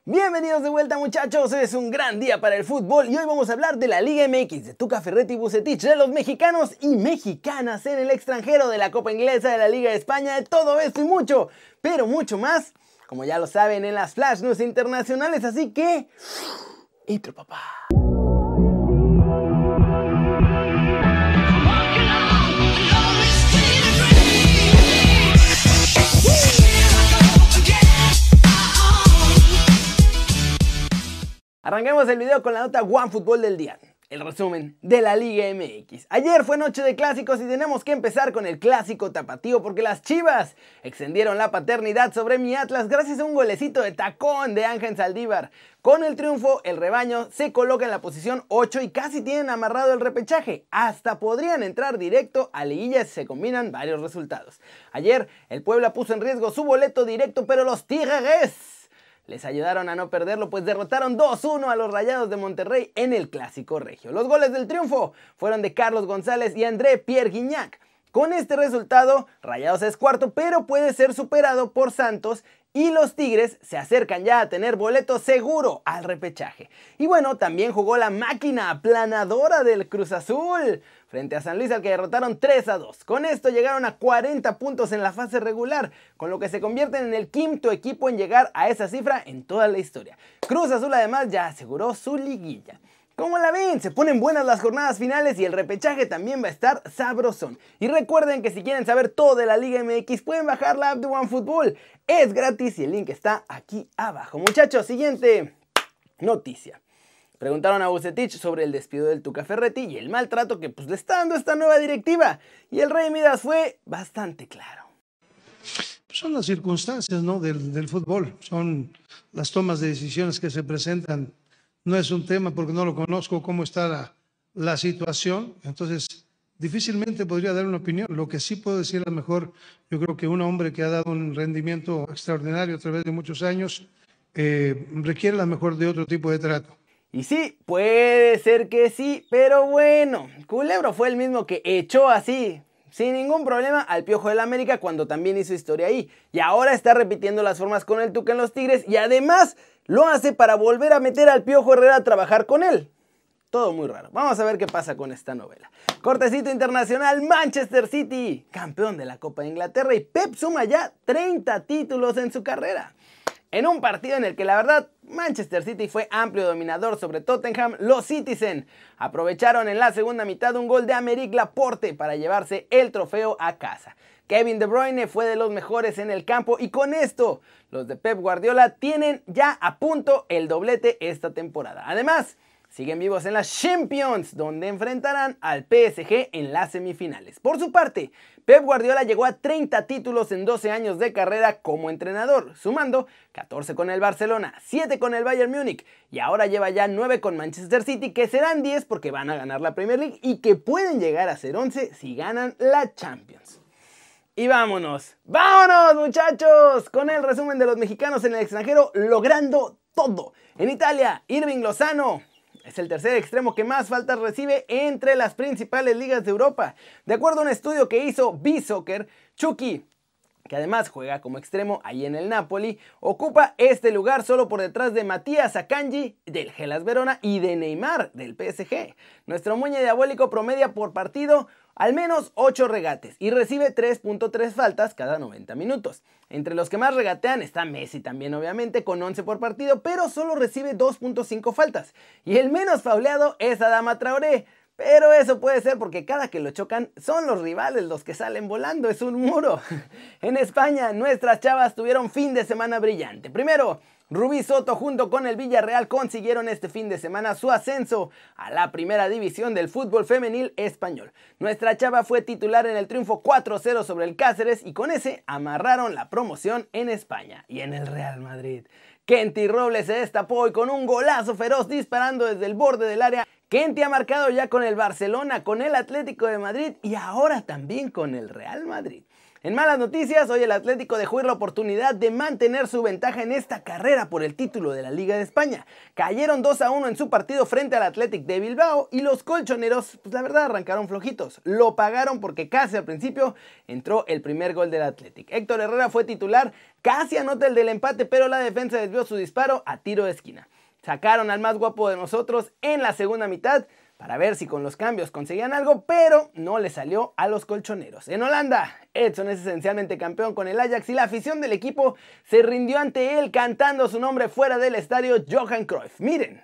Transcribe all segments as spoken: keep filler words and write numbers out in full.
Bienvenidos de vuelta, muchachos, es un gran día para el fútbol y hoy vamos a hablar de la Liga M X, de Tuca Ferretti y Vucetich, de los mexicanos y mexicanas en el extranjero, de la Copa Inglesa, de la Liga de España, de todo esto y mucho, pero mucho más, como ya lo saben, en las Flash News internacionales, así que... intro, papá. Arranquemos el video con la nota OneFootball del día, el resumen de la Liga M X. Ayer fue noche de clásicos y tenemos que empezar con el clásico tapatío porque las Chivas extendieron la paternidad sobre mi Atlas gracias a un golecito de tacón de Ángel Saldívar. Con el triunfo, el rebaño se coloca en la posición ocho y casi tienen amarrado el repechaje. Hasta podrían entrar directo a liguilla si se combinan varios resultados. Ayer, el Puebla puso en riesgo su boleto directo, pero los Tigres les ayudaron a no perderlo, pues derrotaron dos uno a los Rayados de Monterrey en el Clásico Regio. Los goles del triunfo fueron de Carlos González y André Pierre Gignac. Con este resultado, Rayados es cuarto, pero puede ser superado por Santos y los Tigres se acercan ya a tener boleto seguro al repechaje. Y bueno, también jugó la máquina aplanadora del Cruz Azul frente a San Luis, al que derrotaron tres a dos. Con esto llegaron a cuarenta puntos en la fase regular, con lo que se convierten en el quinto equipo en llegar a esa cifra en toda la historia. Cruz Azul además ya aseguró su liguilla. ¿Cómo la ven? Se ponen buenas las jornadas finales y el repechaje también va a estar sabrosón. Y recuerden que si quieren saber todo de la Liga M X pueden bajar la app de OneFootball. Es gratis y el link está aquí abajo. Muchachos, siguiente noticia. Preguntaron a Vucetich sobre el despido del Tuca Ferretti y el maltrato que pues, le está dando esta nueva directiva. Y el Rey Midas fue bastante claro. Son las circunstancias, ¿no? del, del fútbol, son las tomas de decisiones que se presentan. No es un tema porque no lo conozco cómo está la, la situación, entonces difícilmente podría dar una opinión. Lo que sí puedo decir a lo mejor, yo creo que un hombre que ha dado un rendimiento extraordinario a través de muchos años eh, requiere a lo mejor de otro tipo de trato. Y sí, puede ser que sí, pero bueno, Culebro fue el mismo que echó así, sin ningún problema, al Piojo del América cuando también hizo historia ahí. Y ahora está repitiendo las formas con el Tuca en los Tigres y además lo hace para volver a meter al Piojo Herrera a trabajar con él. Todo muy raro. Vamos a ver qué pasa con esta novela. Cortecito internacional, Manchester City, campeón de la Copa de Inglaterra, y Pep suma ya treinta títulos en su carrera. En un partido en el que la verdad Manchester City fue amplio dominador sobre Tottenham, los Citizen aprovecharon en la segunda mitad un gol de Aymeric Laporte para llevarse el trofeo a casa. Kevin De Bruyne fue de los mejores en el campo y con esto los de Pep Guardiola tienen ya a punto el doblete esta temporada. Además, siguen vivos en las Champions, donde enfrentarán al P S G en las semifinales. Por su parte, Pep Guardiola llegó a treinta títulos en doce años de carrera como entrenador, sumando catorce con el Barcelona, siete con el Bayern Múnich y ahora lleva ya nueve con Manchester City, que serán diez porque van a ganar la Premier League y que pueden llegar a ser once si ganan la Champions. Y vámonos, vámonos muchachos, con el resumen de los mexicanos en el extranjero logrando todo. En Italia, Irving Lozano es el tercer extremo que más faltas recibe entre las principales ligas de Europa. De acuerdo a un estudio que hizo B-Soccer, Chucky, que además juega como extremo ahí en el Napoli, ocupa este lugar solo por detrás de Matías Akanji del Hellas Verona y de Neymar del P S G. Nuestro muñe diabólico promedia por partido al menos ocho regates y recibe tres punto tres faltas cada noventa minutos. Entre los que más regatean está Messi también obviamente con once por partido, pero solo recibe dos punto cinco faltas. Y el menos fauleado es Adama Traoré, pero eso puede ser porque cada que lo chocan son los rivales los que salen volando, es un muro. En España nuestras chavas tuvieron fin de semana brillante. Primero, Rubí Soto junto con el Villarreal consiguieron este fin de semana su ascenso a la primera división del fútbol femenil español. Nuestra chava fue titular en el triunfo cuatro cero sobre el Cáceres y con ese amarraron la promoción en España. Y en el Real Madrid, Kenty Robles se destapó y con un golazo feroz disparando desde el borde del área. Kenty ha marcado ya con el Barcelona, con el Atlético de Madrid y ahora también con el Real Madrid. En malas noticias, hoy el Atlético dejó ir la oportunidad de mantener su ventaja en esta carrera por el título de la Liga de España. Cayeron dos a uno en su partido frente al Athletic de Bilbao y los colchoneros, pues la verdad, arrancaron flojitos. Lo pagaron porque casi al principio entró el primer gol del Athletic. Héctor Herrera fue titular, casi anota el del empate, pero la defensa desvió su disparo a tiro de esquina. Sacaron al más guapo de nosotros en la segunda mitad para ver si con los cambios conseguían algo, pero no le salió a los colchoneros. En Holanda, Edson es esencialmente campeón con el Ajax y la afición del equipo se rindió ante él cantando su nombre fuera del estadio, Johan Cruyff. Miren.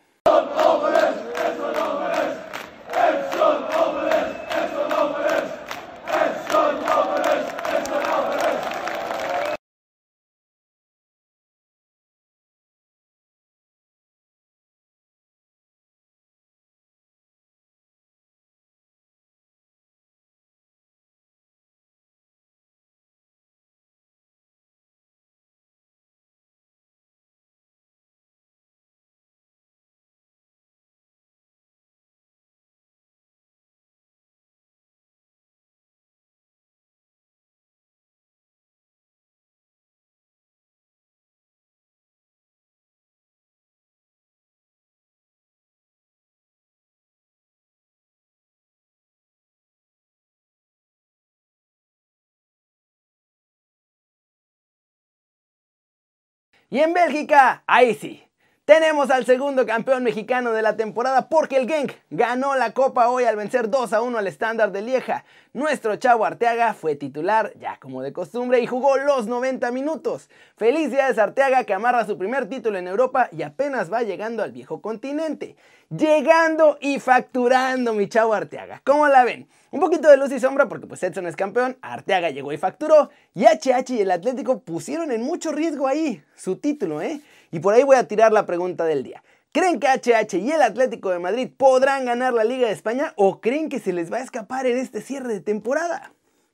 Y en Bélgica, ahí sí, tenemos al segundo campeón mexicano de la temporada porque el Genk ganó la copa hoy al vencer dos a uno al Standard de Lieja. Nuestro Chavo Arteaga fue titular, ya como de costumbre, y jugó los noventa minutos. Felicidades a Arteaga, que amarra su primer título en Europa y apenas va llegando al viejo continente. Llegando y facturando, mi Chavo Arteaga. ¿Cómo la ven? Un poquito de luz y sombra porque pues Edson es campeón, Arteaga llegó y facturó, y H H y el Atlético pusieron en mucho riesgo ahí su título, ¿eh? Y por ahí voy a tirar la pregunta del día. ¿Creen que H H y el Atlético de Madrid podrán ganar la Liga de España o creen que se les va a escapar en este cierre de temporada?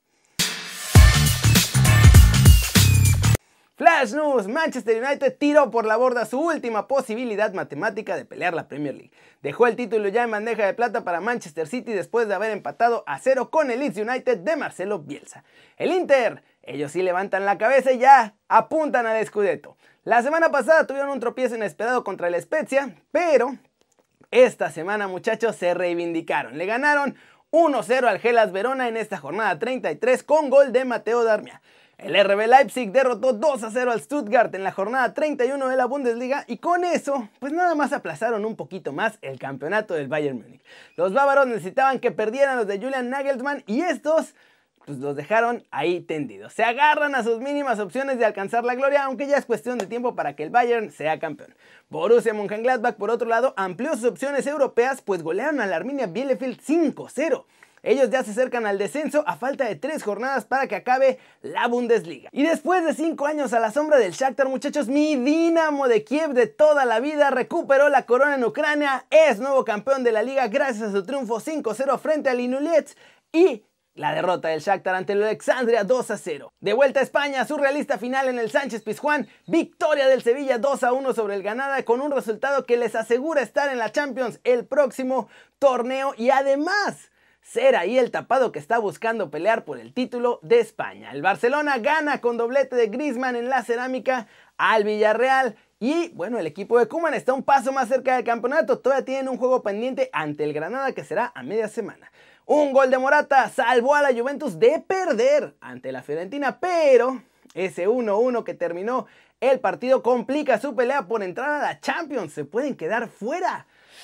Flash News, Manchester United tiró por la borda su última posibilidad matemática de pelear la Premier League. Dejó el título ya en bandeja de plata para Manchester City después de haber empatado a cero con el Leeds United de Marcelo Bielsa. El Inter, ellos sí levantan la cabeza y ya apuntan al Scudetto. La semana pasada tuvieron un tropiezo inesperado contra el Spezia, pero esta semana, muchachos, se reivindicaron. Le ganaron uno cero al Hellas Verona en esta jornada treinta y tres con gol de Mateo Darmian. El R B Leipzig derrotó dos a cero al Stuttgart en la jornada treinta y uno de la Bundesliga y con eso, pues nada más aplazaron un poquito más el campeonato del Bayern Múnich. Los bávaros necesitaban que perdieran los de Julian Nagelsmann y estos pues los dejaron ahí tendidos. Se agarran a sus mínimas opciones de alcanzar la gloria, aunque ya es cuestión de tiempo para que el Bayern sea campeón. Borussia Mönchengladbach, por otro lado, amplió sus opciones europeas, pues golearon al Arminia Bielefeld cinco cero. Ellos ya se acercan al descenso a falta de tres jornadas para que acabe la Bundesliga. Y después de cinco años a la sombra del Shakhtar, muchachos, mi Dinamo de Kiev de toda la vida recuperó la corona en Ucrania, es nuevo campeón de la liga gracias a su triunfo cinco cero frente al Inuliets y la derrota del Shakhtar ante el Alexandria dos a cero. De vuelta a España, surrealista final en el Sánchez Pizjuán, victoria del Sevilla dos a uno sobre el Granada con un resultado que les asegura estar en la Champions el próximo torneo y además ser ahí el tapado que está buscando pelear por el título de España. El Barcelona gana con doblete de Griezmann en la Cerámica al Villarreal y bueno, el equipo de Koeman está un paso más cerca del campeonato. Todavía tienen un juego pendiente ante el Granada que será a media semana. Un gol de Morata salvó a la Juventus de perder ante la Fiorentina, pero ese uno uno que terminó el partido complica su pelea por entrar a la Champions. Se pueden quedar fuera.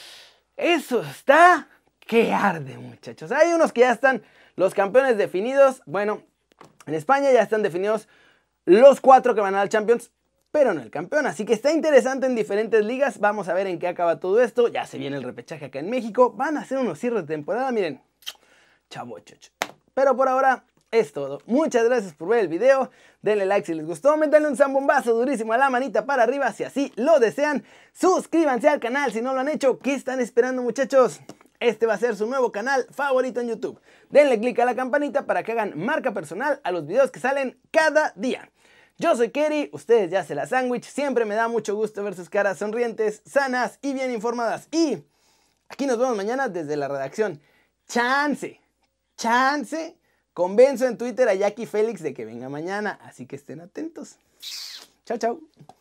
Eso está que arde, muchachos. Hay unos que ya están los campeones definidos. Bueno, en España ya están definidos los cuatro que van a la Champions, pero no el campeón. Así que está interesante en diferentes ligas. Vamos a ver en qué acaba todo esto. Ya se viene el repechaje acá en México. Van a hacer unos cierres de temporada, miren. Chavo, chocho. Pero por ahora es todo. Muchas gracias por ver el video. Denle like si les gustó. Métanle un zambombazo durísimo a la manita para arriba si así lo desean. Suscríbanse al canal si no lo han hecho. ¿Qué están esperando, muchachos? Este va a ser su nuevo canal favorito en YouTube. Denle click a la campanita para que hagan marca personal a los videos que salen cada día. Yo soy Kerry, ustedes ya se la sándwich. Siempre me da mucho gusto ver sus caras sonrientes, sanas y bien informadas. Y aquí nos vemos mañana desde la redacción. Chance, chance, Convenzo en Twitter a Jackie Félix de que venga mañana, así que estén atentos. Chao, chao.